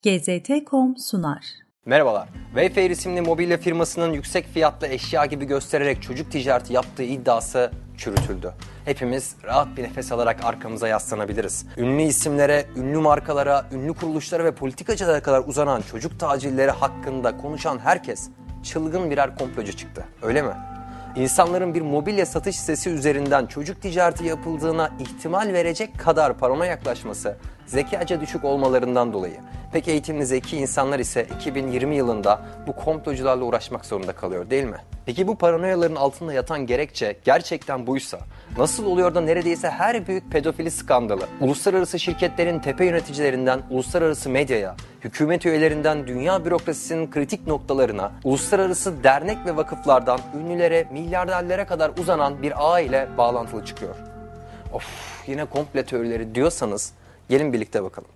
GZT.com sunar. Merhabalar. Wayfair isimli mobilya firmasının yüksek fiyatlı eşya gibi göstererek çocuk ticareti yaptığı iddiası çürütüldü. Hepimiz rahat bir nefes alarak arkamıza yaslanabiliriz. Ünlü isimlere, ünlü markalara, ünlü kuruluşlara ve politikacılara kadar uzanan çocuk tacirleri hakkında konuşan herkes çılgın birer komplocu çıktı. Öyle mi? İnsanların bir mobilya satış sitesi üzerinden çocuk ticareti yapıldığına ihtimal verecek kadar paranoya yaklaşması zekaca düşük olmalarından dolayı. Pek eğitimli zeki insanlar ise 2020 yılında bu komplocularla uğraşmak zorunda kalıyor değil mi? Peki bu paranoyaların altında yatan gerekçe gerçekten buysa nasıl oluyor da neredeyse her büyük pedofili skandalı, uluslararası şirketlerin tepe yöneticilerinden uluslararası medyaya, hükümet üyelerinden dünya bürokrasisinin kritik noktalarına, uluslararası dernek ve vakıflardan ünlülere, milyarderlere kadar uzanan bir ağ ile bağlantılı çıkıyor? Of, yine komple teorileri diyorsanız gelin birlikte bakalım.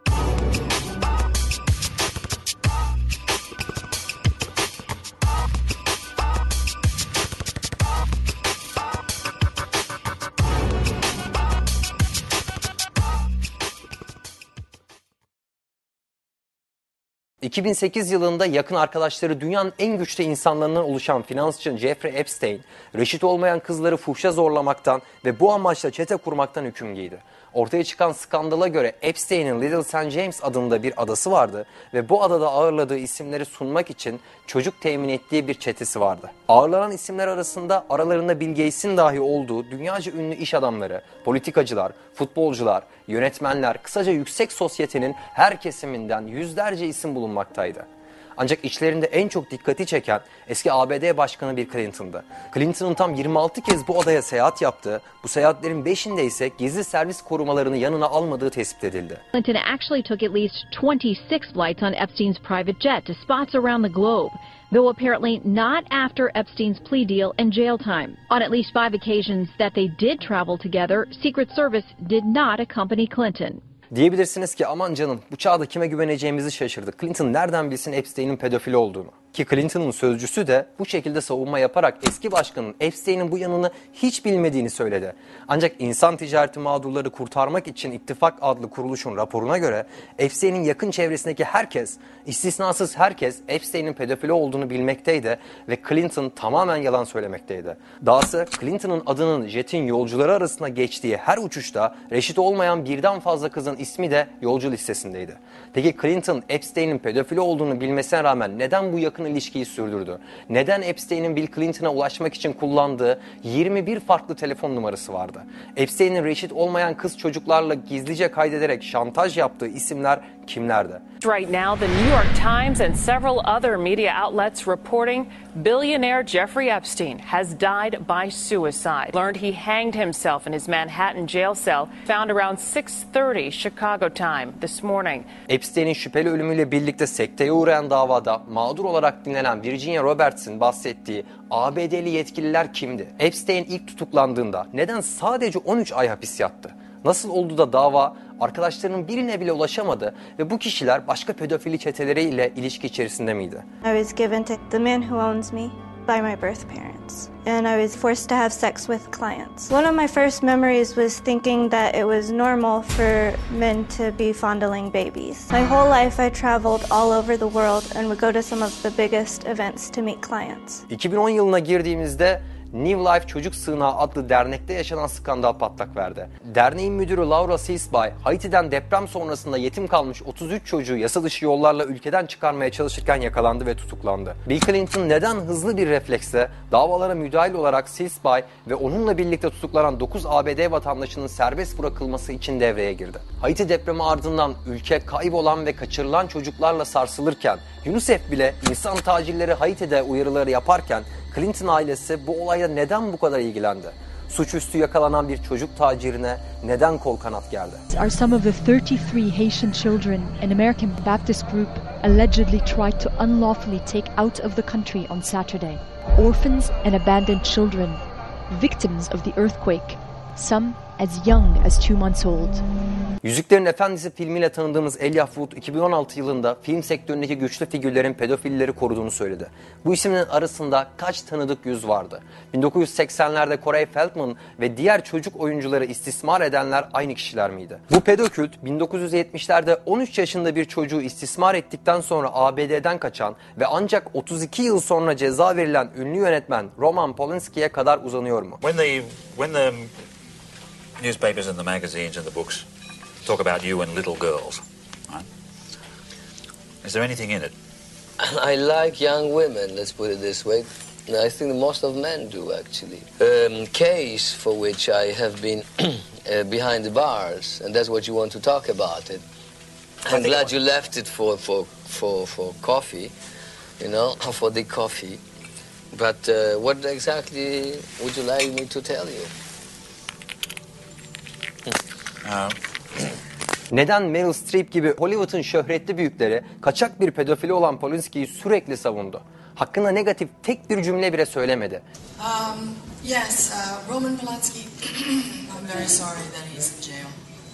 ...2008 yılında yakın arkadaşları dünyanın en güçlü insanlarından oluşan finansçı Jeffrey Epstein, reşit olmayan kızları fuhşa zorlamaktan ve bu amaçla çete kurmaktan hüküm giydi. Ortaya çıkan skandala göre Epstein'in Little St. James adında bir adası vardı ve bu adada ağırladığı isimleri sunmak için çocuk temin ettiği bir çetesi vardı. Ağırlanan isimler arasında aralarında Bill Gates'in dahi olduğu dünyaca ünlü iş adamları, politikacılar, futbolcular, yönetmenler, kısaca yüksek sosyetenin her kesiminden yüzlerce isim bulunmaktaydı. Ancak içlerinde en çok dikkati çeken eski ABD Başkanı Bill Clinton'dı. Clinton'ın tam 26 kez bu adaya seyahat yaptığı, bu seyahatlerin 5'inde ise gizli servis korumalarını yanına almadığı tespit edildi. Clinton actually took at least 26 flights on Epstein's private jet to spots around the globe, though apparently not after Epstein's plea deal and jail time. On at least 5 occasions that they did travel together, Secret Service did not accompany Clinton. Diyebilirsiniz ki aman canım bu çağda kime güveneceğimizi şaşırdık. Clinton nereden bilsin Epstein'in pedofili olduğunu? Ki Clinton'ın sözcüsü de bu şekilde savunma yaparak eski başkanın Epstein'in bu yanını hiç bilmediğini söyledi. Ancak insan ticareti mağdurları kurtarmak için İttifak adlı kuruluşun raporuna göre Epstein'in yakın çevresindeki herkes, istisnasız herkes Epstein'in pedofili olduğunu bilmekteydi ve Clinton tamamen yalan söylemekteydi. Dahası Clinton'ın adının jetin yolcuları arasında geçtiği her uçuşta reşit olmayan birden fazla kızın ismi de yolcu listesindeydi. Peki Clinton Epstein'in pedofili olduğunu bilmesine rağmen neden bu yakın ilişkiyi sürdürdü? Neden Epstein'in Bill Clinton'a ulaşmak için kullandığı 21 farklı telefon numarası vardı? Epstein'in reşit olmayan kız çocuklarla gizlice kaydederek şantaj yaptığı isimler kimlerdi? Right now, the New York Times and several other media outlets reporting billionaire Jeffrey Epstein has died by suicide. Learned he hanged himself in his Manhattan jail cell, found around 6:30 Chicago time this morning. Epstein'in şüpheli ölümüyle birlikte sekteye uğrayan davada mağdur olarak dinlenen Virginia Roberts'in bahsettiği ABD'li yetkililer kimdi? Epstein ilk tutuklandığında neden sadece 13 ay hapis yattı? Nasıl oldu da dava arkadaşlarının birine bile ulaşamadı ve bu kişiler başka pedofili çeteleriyle ilişki içerisinde miydi? I was given to the man who owns me by my birth parents, and I was forced to have sex with clients. One of my first memories was thinking that it was normal for men to be fondling babies. My whole life I traveled all over the world and would go to some of the biggest events to meet clients. 2010 yılına girdiğimizde New Life Çocuk Sığınağı adlı dernekte yaşanan skandal patlak verdi. Derneğin müdürü Laura Seasby, Haiti'den deprem sonrasında yetim kalmış 33 çocuğu yasa dışı yollarla ülkeden çıkarmaya çalışırken yakalandı ve tutuklandı. Bill Clinton neden hızlı bir refleksle davalara müdahil olarak Seasby ve onunla birlikte tutuklanan 9 ABD vatandaşının serbest bırakılması için devreye girdi? Haiti depremi ardından ülke kaybolan ve kaçırılan çocuklarla sarsılırken UNICEF bile insan tacirleri Haiti'de uyarıları yaparken Clinton ailesi bu olayla neden bu kadar ilgilendi? Suçüstü yakalanan bir çocuk tacirine neden kol kanat gerdi? Are some of the 33 Haitian children an American Baptist group allegedly tried to unlawfully take out of the country on Saturday. Orphans and abandoned children, victims of the earthquake, some as young as 2 months old. Yüzüklerin Efendisi filmiyle tanıdığımız Elijah Wood 2016 yılında film sektöründeki güçlü figürlerin pedofilleri koruduğunu söyledi. Bu isimlerin arasında kaç tanıdık yüz vardı? 1980'lerde Corey Feldman ve diğer çocuk oyuncuları istismar edenler aynı kişiler miydi? Bu pedokült 1970'lerde 13 yaşında bir çocuğu istismar ettikten sonra ABD'den kaçan ve ancak 32 yıl sonra ceza verilen ünlü yönetmen Roman Polanski'ye kadar uzanıyor mu? When the newspapers and the magazines and the books talk about you and little girls, right? Is there anything in it? I like young women, let's put it this way. I think most of men do, actually. Case for which I have been behind the bars, and that's what you want to talk about it. I'm glad you left it for coffee, you know, for the coffee. But what exactly would you like me to tell you? Neden Meryl Streep gibi Hollywood'un şöhretli büyükleri kaçak bir pedofili olan Polanski'yi sürekli savundu? Hakkında negatif tek bir cümle bile söylemedi. Yes, Roman Polanski. I'm very sorry that he's in jail.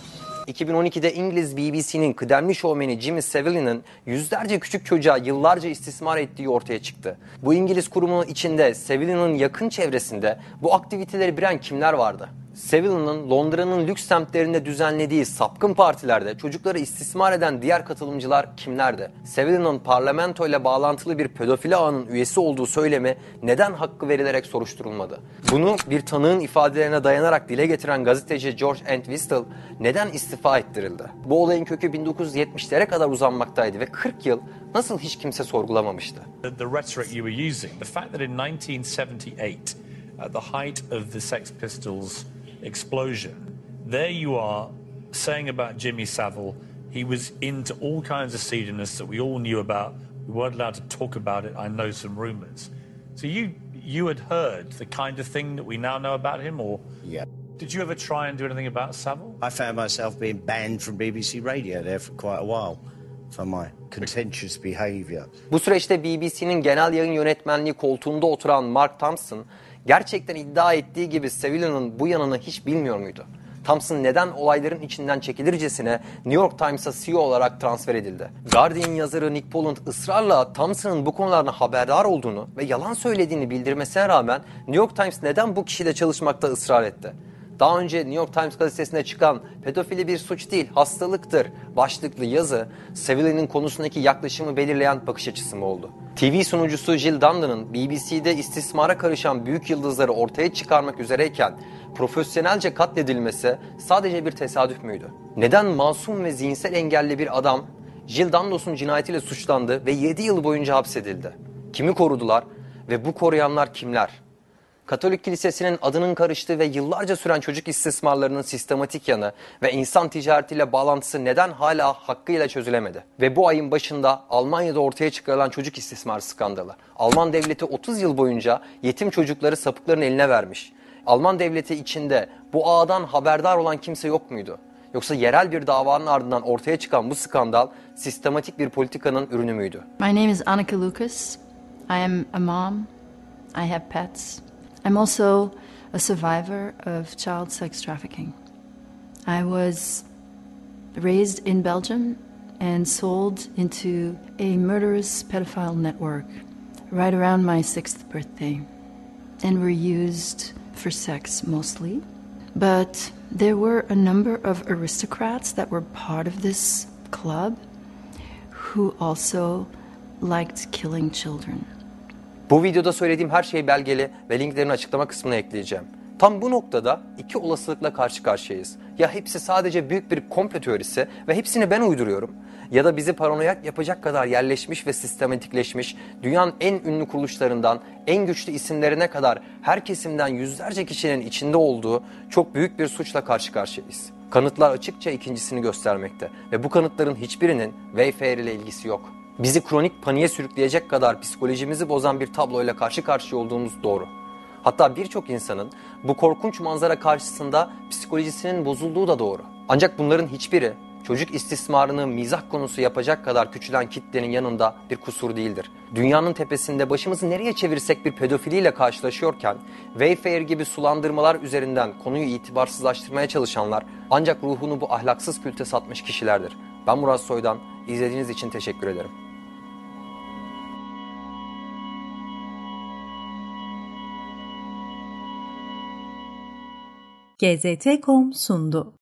2012'de İngiliz BBC'nin kıdemli şovmeni Jimmy Savile'nin yüzlerce küçük çocuğa yıllarca istismar ettiği ortaya çıktı. Bu İngiliz kurumunun içinde Savile'nin yakın çevresinde bu aktiviteleri bilen kimler vardı? Savile'nin Londra'nın lüks semtlerinde düzenlediği sapkın partilerde çocukları istismar eden diğer katılımcılar kimlerdi? Savile'nin parlamentoyla bağlantılı bir pedofili ağının üyesi olduğu söylemi neden hakkı verilerek soruşturulmadı? Bunu bir tanığın ifadelerine dayanarak dile getiren gazeteci George Entwistle neden istifa ettirildi? Bu olayın kökü 1970'lere kadar uzanmaktaydı ve 40 yıl nasıl hiç kimse sorgulamamıştı? The rhetoric you were using, the fact that in 1978, at the height of the Sex Pistols explosion, there you are saying about Jimmy Savile, he was into all kinds of seediness that we all knew about. We weren't allowed to talk about it. I know some rumors. So you had heard the kind of thing that we now know about him, or yeah. Did you ever try and do anything about Savile? I found myself being banned from BBC Radio there for quite a while for my contentious behaviour. Bu süreçte BBC'nin genel yayın yönetmenliği koltuğunda oturan Mark Thompson gerçekten iddia ettiği gibi Savile'nin bu yanını hiç bilmiyor muydu? Thompson neden olayların içinden çekilircesine New York Times'a CEO olarak transfer edildi? Guardian yazarı Nick Poland ısrarla Thompson'ın bu konulardan haberdar olduğunu ve yalan söylediğini bildirmesine rağmen New York Times neden bu kişiyle çalışmakta ısrar etti? Daha önce New York Times gazetesinde çıkan pedofili bir suç değil, hastalıktır başlıklı yazı Savile'nin konusundaki yaklaşımı belirleyen bakış açısı mı oldu? TV sunucusu Jill Dundon'ın BBC'de istismara karışan büyük yıldızları ortaya çıkarmak üzereyken profesyonelce katledilmesi sadece bir tesadüf müydü? Neden masum ve zihinsel engelli bir adam Jill Dundon'un cinayetiyle suçlandı ve 7 yıl boyunca hapsedildi? Kimi korudular ve bu koruyanlar kimler? Katolik Kilisesi'nin adının karıştığı ve yıllarca süren çocuk istismarlarının sistematik yanı ve insan ticaretiyle bağlantısı neden hala hakkıyla çözülemedi? Ve bu ayın başında Almanya'da ortaya çıkarılan çocuk istismar skandalı. Alman devleti 30 yıl boyunca yetim çocukları sapıkların eline vermiş. Alman devleti içinde bu ağdan haberdar olan kimse yok muydu? Yoksa yerel bir davanın ardından ortaya çıkan bu skandal sistematik bir politikanın ürünü müydü? My name is Annika Lucas. I am a mom. I have pets. I'm also a survivor of child sex trafficking. I was raised in Belgium and sold into a murderous pedophile network right around my 6th birthday, and were used for sex mostly. But there were a number of aristocrats that were part of this club who also liked killing children. Bu videoda söylediğim her şey belgeli ve linklerini açıklama kısmına ekleyeceğim. Tam bu noktada iki olasılıkla karşı karşıyayız. Ya hepsi sadece büyük bir komplo teorisi ve hepsini ben uyduruyorum. Ya da bizi paranoyak yapacak kadar yerleşmiş ve sistematikleşmiş, dünyanın en ünlü kuruluşlarından en güçlü isimlerine kadar her kesimden yüzlerce kişinin içinde olduğu çok büyük bir suçla karşı karşıyayız. Kanıtlar açıkça ikincisini göstermekte ve bu kanıtların hiçbirinin Wayfair ile ilgisi yok. Bizi kronik paniğe sürükleyecek kadar psikolojimizi bozan bir tabloyla karşı karşıya olduğumuz doğru. Hatta birçok insanın bu korkunç manzara karşısında psikolojisinin bozulduğu da doğru. Ancak bunların hiçbiri çocuk istismarını mizah konusu yapacak kadar küçülen kitlenin yanında bir kusur değildir. Dünyanın tepesinde başımızı nereye çevirsek bir pedofiliyle karşılaşıyorken, Wayfair gibi sulandırmalar üzerinden konuyu itibarsızlaştırmaya çalışanlar ancak ruhunu bu ahlaksız külte satmış kişilerdir. Ben Murat Soydan, izlediğiniz için teşekkür ederim. GZT.com sundu.